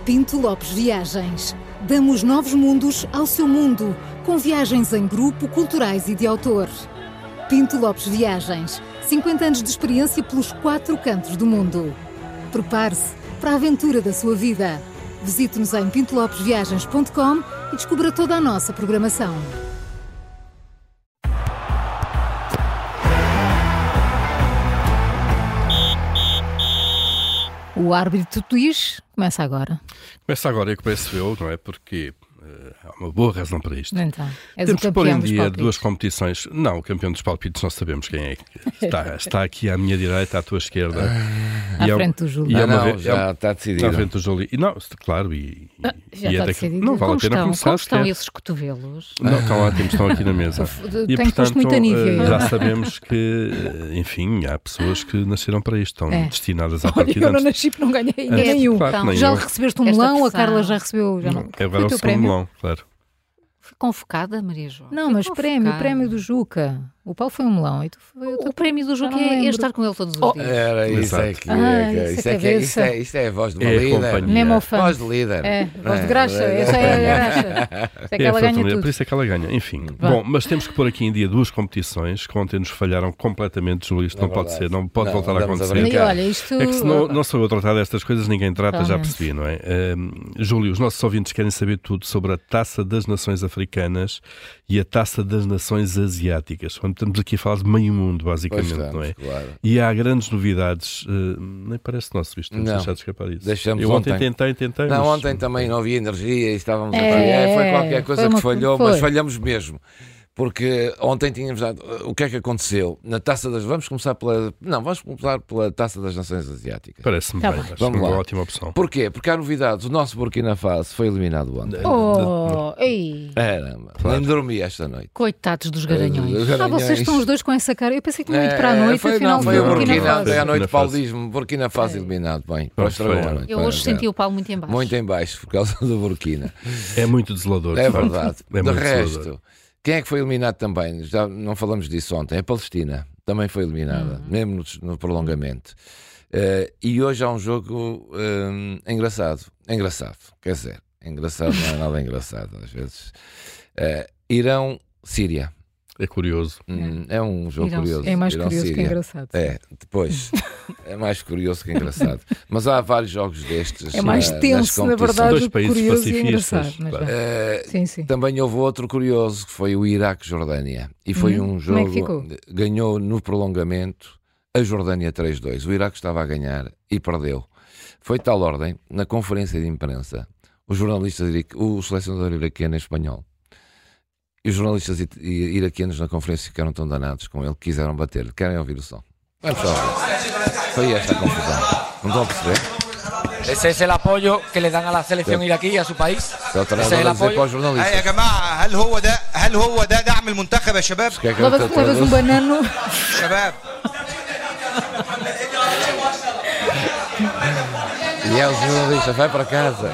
Pinto Lopes Viagens. Damos novos mundos ao seu mundo, com viagens em grupo, culturais e de autor. Pinto Lopes Viagens. 50 anos de experiência pelos 4 cantos do mundo. Prepare-se para a aventura da sua vida. Visite-nos em pintolopesviagens.com e descubra toda a nossa programação. O árbitro diz, começa agora. Começa agora e começo eu, não é? Porque há uma boa razão para isto. Então, temos que pôr em dia 2 competições. Não, o campeão dos palpites nós sabemos quem é. Está aqui à minha direita, à tua esquerda. À frente do Júlio. Já está decidido. À frente do Júlio. E não, claro, já está decidido. Não vale a pena começar. Como estão esses cotovelos? Não, estão ótimos, estão aqui na mesa. E portanto, muita nívea. Já sabemos que, enfim, há pessoas que nasceram para isto, estão destinadas à partida. Eu não nasci porque não ganhei nenhum. Já recebeste um melão, a Carla já recebeu. Agora é o segundo melão, claro. Fui convocada, Maria João. Não, mas prémio do Juca. O Paulo foi um melão e tu foi o prémio do Juca é estar com ele todos os dias. Era isso, isto é a voz de uma líder. Nemo fã. Voz de líder. Voz de graxa. Essa é a graxa. É que ela ganha tudo. Por isso é que ela ganha. Enfim. Bom, mas temos que pôr aqui em dia 2 competições que ontem nos falharam completamente, Júlio. Isto não pode ser, não pode voltar a acontecer. Olha, isto... É que se não sou eu a tratar destas coisas, ninguém trata, já percebi, não é? Júlio, os nossos ouvintes querem saber tudo sobre a Taça das Nações Africanas e a Taça das Nações Asiáticas. Quando estamos aqui a falar de meio mundo, basicamente, não é? Claro. E há grandes novidades. Nem parece nosso visto, temos deixado escapar isso. Eu ontem tentei. Não, ontem também não havia energia e estávamos a falhar. Foi qualquer coisa que falhou, mas falhamos mesmo. Porque ontem tínhamos dado... O que é que aconteceu? Na Taça das... Vamos começar pela Taça das Nações Asiáticas. Parece-me bem. Vamos lá. Uma ótima opção. Porquê? Porque há novidades. O nosso Burkina Faso foi eliminado ontem. Nem dormi esta noite. Coitados dos garanhões. Vocês estão os dois com essa cara. Eu pensei que tinha ido para a noite. Afinal, foi o Burkina Faso. Foi à noite paulismo. Burkina Faso eliminado. Bem, eu hoje senti o Paulo muito em baixo. Muito em baixo, por causa do Burkina. É muito desolador. É verdade. De resto... Quem é que foi eliminado também? Já não falamos disso ontem. A Palestina também foi eliminada, mesmo no prolongamento. E hoje há um jogo engraçado. Quer dizer, engraçado não é nada engraçado às vezes. Irão-Síria. É curioso. É um jogo curioso. É mais curioso que engraçado. Depois. É mais curioso que engraçado. Mas há vários jogos destes. É mais tenso, na verdade, do que curioso e engraçado. Sim. Também houve outro curioso, que foi o Iraque-Jordânia. E foi um jogo... Como é que ficou? Ganhou no prolongamento a Jordânia 3-2. O Iraque estava a ganhar e perdeu. Foi de tal ordem, na conferência de imprensa, o selecionador iraquiano em espanhol, e os jornalistas iraquianos na conferência ficaram tão danados com ele que quiseram bater. Querem ouvir o som? Vamos só ouvir. Foi esta a confusão. Não estão a perceber? Ese es el apoyo que le dan a la selección iraquí y a su país. Ese es el apoyo para os jornalistas. يا جماعة هل هو ده دعم المنتخب يا شباب؟ Levas um banano. شباب. E é o jornalista, vai para casa.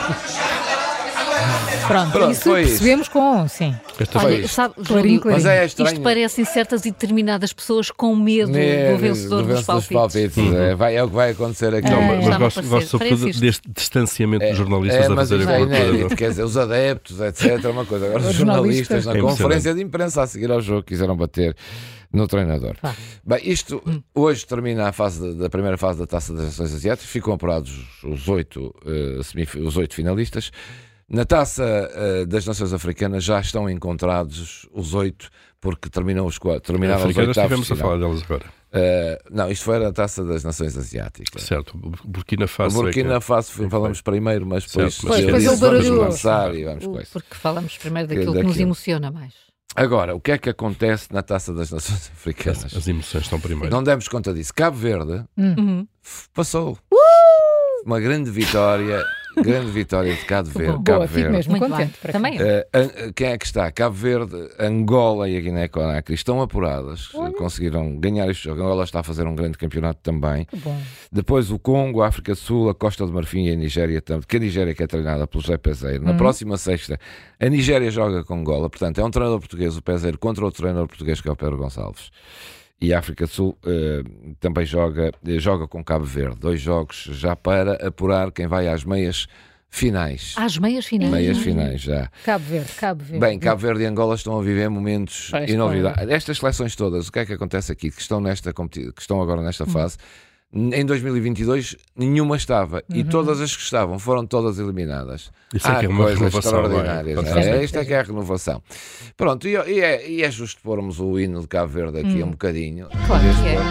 Pronto, isso percebemos com... Sim. Olha, sabe, Júlio, mas é estranho. Isto parecem certas e determinadas pessoas com medo do vencedor dos palpites. É o que vai acontecer aqui. Mas gosto sobretudo deste distanciamento dos jornalistas a fazerem a cobertura. Quer dizer, os adeptos, etc. É uma coisa. Agora os jornalistas na conferência de imprensa a seguir ao jogo quiseram bater no treinador. Bem, isto hoje termina a primeira fase da Taça das Nações Asiáticas. Ficam apurados os 8 finalistas. Na Taça das Nações Africanas já estão encontrados os 8, porque terminaram os 8 estivemos a falar delas agora. Não, isto foi a Taça das Nações Asiáticas. Certo, Burkina Faso. O Burkina Faso falamos primeiro, mas depois vamos lançar e vamos com isso. Porque falamos primeiro daquilo que nos emociona mais. Agora, o que é que acontece na Taça das Nações Africanas? As emoções estão primeiro. Não demos conta disso. Cabo Verde passou. Uma grande vitória de Cabo Verde. Boa, fico mesmo contente. Também quem é que está? Cabo Verde, Angola e a Guiné-Conakry estão apuradas. Conseguiram ganhar este jogo. Angola está a fazer um grande campeonato também. Depois o Congo, a África do Sul, a Costa do Marfim e a Nigéria, que a Nigéria que é treinada pelo José Peseiro. Na próxima sexta, a Nigéria joga com Angola. Portanto, é um treinador português, o Peseiro, contra outro treinador português, que é o Pedro Gonçalves. E a África do Sul também joga com Cabo Verde. 2 jogos já para apurar quem vai às meias finais. Às meias finais? Meias finais, já. Cabo Verde. Bem, Cabo Verde e Angola estão a viver momentos inolvidáveis. Estas seleções todas, o que é que acontece aqui? Que estão agora nesta fase. Em 2022 nenhuma estava e todas as que estavam foram todas eliminadas. Isso é que é uma coisas renovação, extraordinárias. Esta é que é a renovação. Pronto, e é justo pormos o hino de Cabo Verde aqui um bocadinho. Claro que é.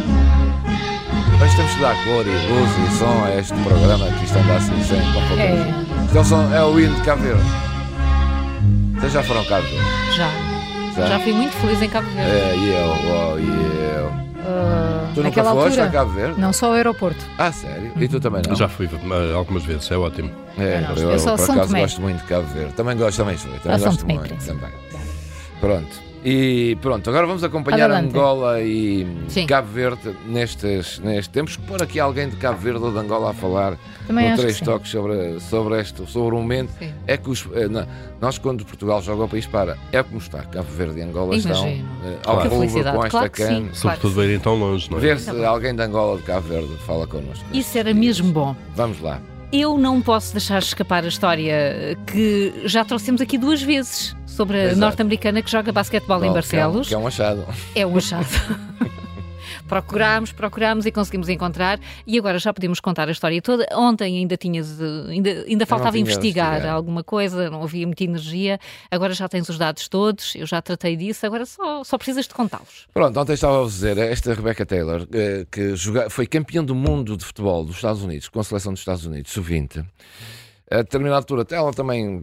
Mas temos que dar cor e luz e som a este programa que isto anda assim sem compromisso. É o hino de Cabo Verde. Vocês já foram a Cabo Verde? Já fui muito feliz em Cabo Verde. E eu. Tu nunca foste a Cabo Verde? Não, só ao aeroporto. Sério? E tu também não? Já fui algumas vezes, é ótimo. Eu por acaso gosto muito de Cabo Verde. Também gosto muito também. Pronto. E pronto, agora vamos acompanhar Angola e Cabo Verde nestes tempos. Pôr aqui alguém de Cabo Verde ou de Angola a falar com 3 toques sobre o momento. Sim. É que nós, quando Portugal joga o país para, é como está. Cabo Verde e Angola estão ao público com esta cana. Sobretudo verem tão longe, não é? Ver se alguém de Angola ou de Cabo Verde fala connosco. Isso era mesmo bom. Vamos lá. Eu não posso deixar escapar a história que já trouxemos aqui 2 vezes sobre a norte-americana que joga basquetebol em Barcelos. Que é um achado. É um achado. Procurámos e conseguimos encontrar e agora já podemos contar a história toda. Ontem ainda faltava investigar alguma coisa, não havia muita energia. Agora já tens os dados todos, eu já tratei disso, agora só precisas de contá-los. Pronto, ontem estava a dizer, esta Rebecca Taylor, que foi campeã do mundo de futebol dos Estados Unidos, com a seleção dos Estados Unidos, sub-20. A determinada altura, ela também,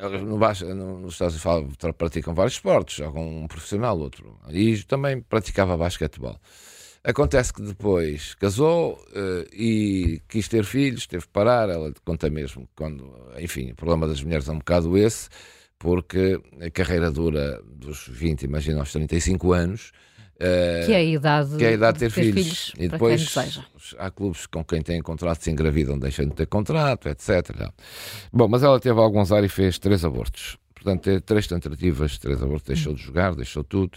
nos Estados Unidos praticam vários esportes, jogam um profissional, outro, e também praticava basquetebol. Acontece que depois casou e quis ter filhos, teve que parar. Ela conta mesmo quando, enfim, o problema das mulheres é um bocado esse, porque a carreira dura dos 20, imagina, aos 35 anos. Que é a idade de ter filhos. E depois há clubes com quem têm contrato, se engravidam, deixam de ter contrato, etc. Bom, mas ela teve algum azar e fez 3 abortos. Portanto, teve 3 tentativas, 3 abortos, deixou de jogar, deixou tudo.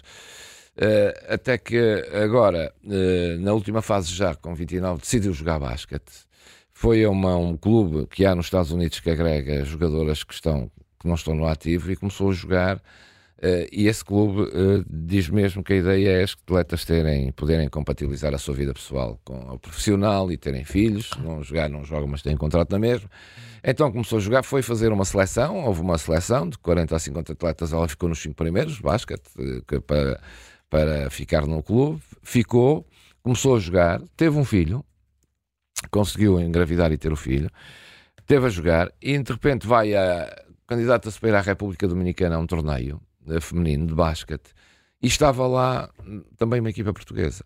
Até que agora, na última fase já, com 29, decidiu jogar basquete. Foi a um clube que há nos Estados Unidos que agrega jogadoras que não estão no ativo e começou a jogar. E esse clube diz mesmo que a ideia é as atletas poderem compatibilizar a sua vida pessoal com o profissional e terem filhos. Não jogam, mas têm contrato na mesma. Então começou a jogar, foi fazer uma seleção. Houve uma seleção de 40 a 50 atletas. Ela ficou nos 5 primeiros de basquete para ficar no clube. Ficou, começou a jogar, teve um filho, conseguiu engravidar e ter o filho, teve a jogar e de repente candidata-se para ir à República Dominicana a um torneio feminino de basquete e estava lá também uma equipa portuguesa.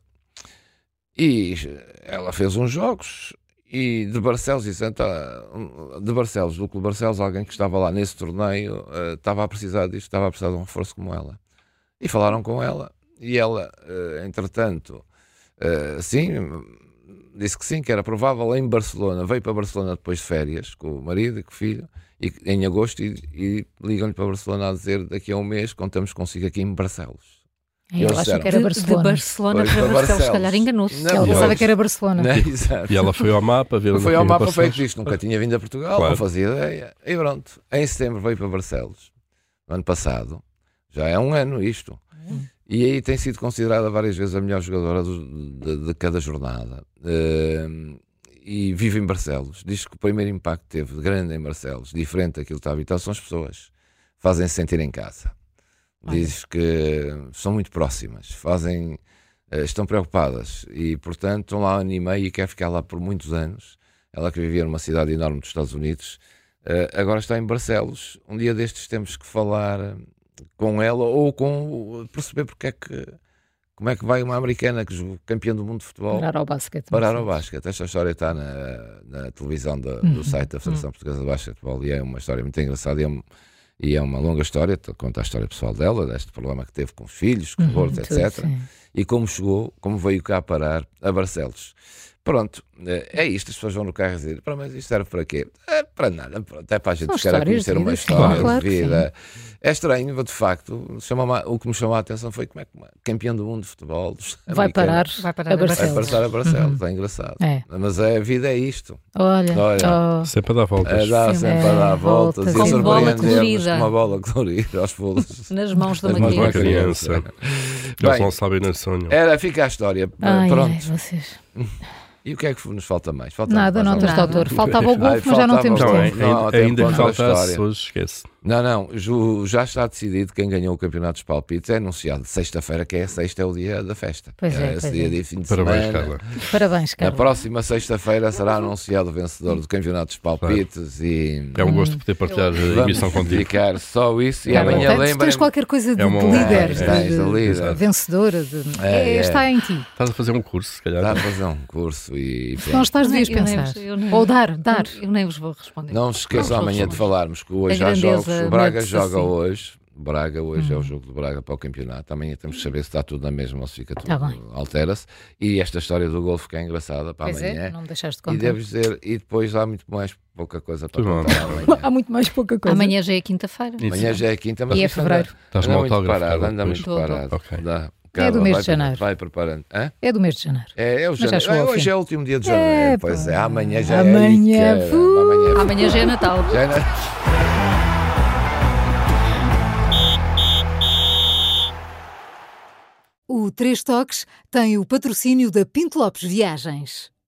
E ela fez uns jogos e de Barcelos, do Clube Barcelos, alguém que estava lá nesse torneio estava a precisar disto, estava a precisar de um reforço como ela. E falaram com ela e ela, entretanto, sim, disse que sim, que era provável em Barcelona. Veio para Barcelona depois de férias com o marido e com o filho em agosto e ligam-lhe para Barcelona a dizer daqui a um mês contamos consigo aqui em Barcelos. Eu acho que era Barcelona. De Barcelona para Barcelos, se calhar enganou-se. Ela pensava que era Barcelona. Não, exato. E ela foi ao mapa ver Foi ao mapa feito isto, nunca tinha vindo a Portugal, não fazia ideia. E pronto, em setembro veio para Barcelos, no ano passado, já é um ano isto. E aí tem sido considerada várias vezes a melhor jogadora de cada jornada. E vive em Barcelos. Diz que o primeiro impacto que teve grande em Barcelos, diferente daquilo que está habitado, são as pessoas. Fazem-se sentir em casa. Diz que são muito próximas, estão preocupadas e, portanto, estão lá 1 ano e meio e quer ficar lá por muitos anos. Ela que vivia numa cidade enorme dos Estados Unidos, agora está em Barcelos. Um dia destes temos que falar com ela ou perceber como é que vai uma americana campeã do mundo de futebol parar ao basquete. Esta história está na televisão do site da Federação Portuguesa de Basquetebol e é uma história muito engraçada e é uma longa história, conta a história pessoal dela, deste problema que teve com os filhos, com o aborto, etc. E como veio cá parar a Barcelos. Pronto, é isto, as pessoas vão no carro dizer, mas isto serve para quê? Para nada, pronto, é para a gente que quer conhecer uma história de vida. É estranho, de facto, o que me chamou a atenção foi como é que campeão do mundo de futebol vai parar a Barcelos. Está engraçado. Mas a vida é isto. Olha. Sempre a dar voltas. Sempre a dar voltas. Com E bola colorida. Uma bola colorida aos pulos. Nas mãos de uma criança. Eles não sabem, não sonham. Fica a história. Pronto. Vocês... E o que é que nos falta mais? Nada, não tens de autor. Faltava o golfe, mas já não temos tempo. Ainda que faltasse hoje, esquece. Não, já está decidido quem ganhou o campeonato dos palpites. É anunciado sexta-feira, que é o dia da festa. Esse dia de fim de semana. Parabéns, Carla. Na próxima sexta-feira será anunciado o vencedor do campeonato dos palpites. E é um gosto poder partilhar a emissão contigo. Ficar só isso e amanhã lembrem. Tens qualquer coisa de líder, de vencedora. Está em ti. Estás a fazer um curso, se calhar. Está a fazer um curso e... Não estás, devias pensar. Ou dar. Eu nem vos vou responder. Não se esqueçam amanhã de falarmos que hoje há jogos. O Braga joga hoje. Braga hoje é o jogo do Braga para o campeonato. Amanhã temos que saber se está tudo na mesma ou se fica tudo, altera-se. E esta história do golfe que é engraçada para amanhã. Não me deixaste contar. E devo dizer, e depois há muito mais pouca coisa para contar amanhã. Há muito mais pouca coisa. Amanhã já é quinta-feira. Amanhã já é quinta, mas e é fevereiro. Anda muito parado. Carla, é do mês de janeiro. Vai preparando. É do mês de janeiro. Hoje é o último dia de janeiro. Pois é, amanhã já amanhã já é Natal. O 3 Toques tem o patrocínio da Pinto Lopes Viagens.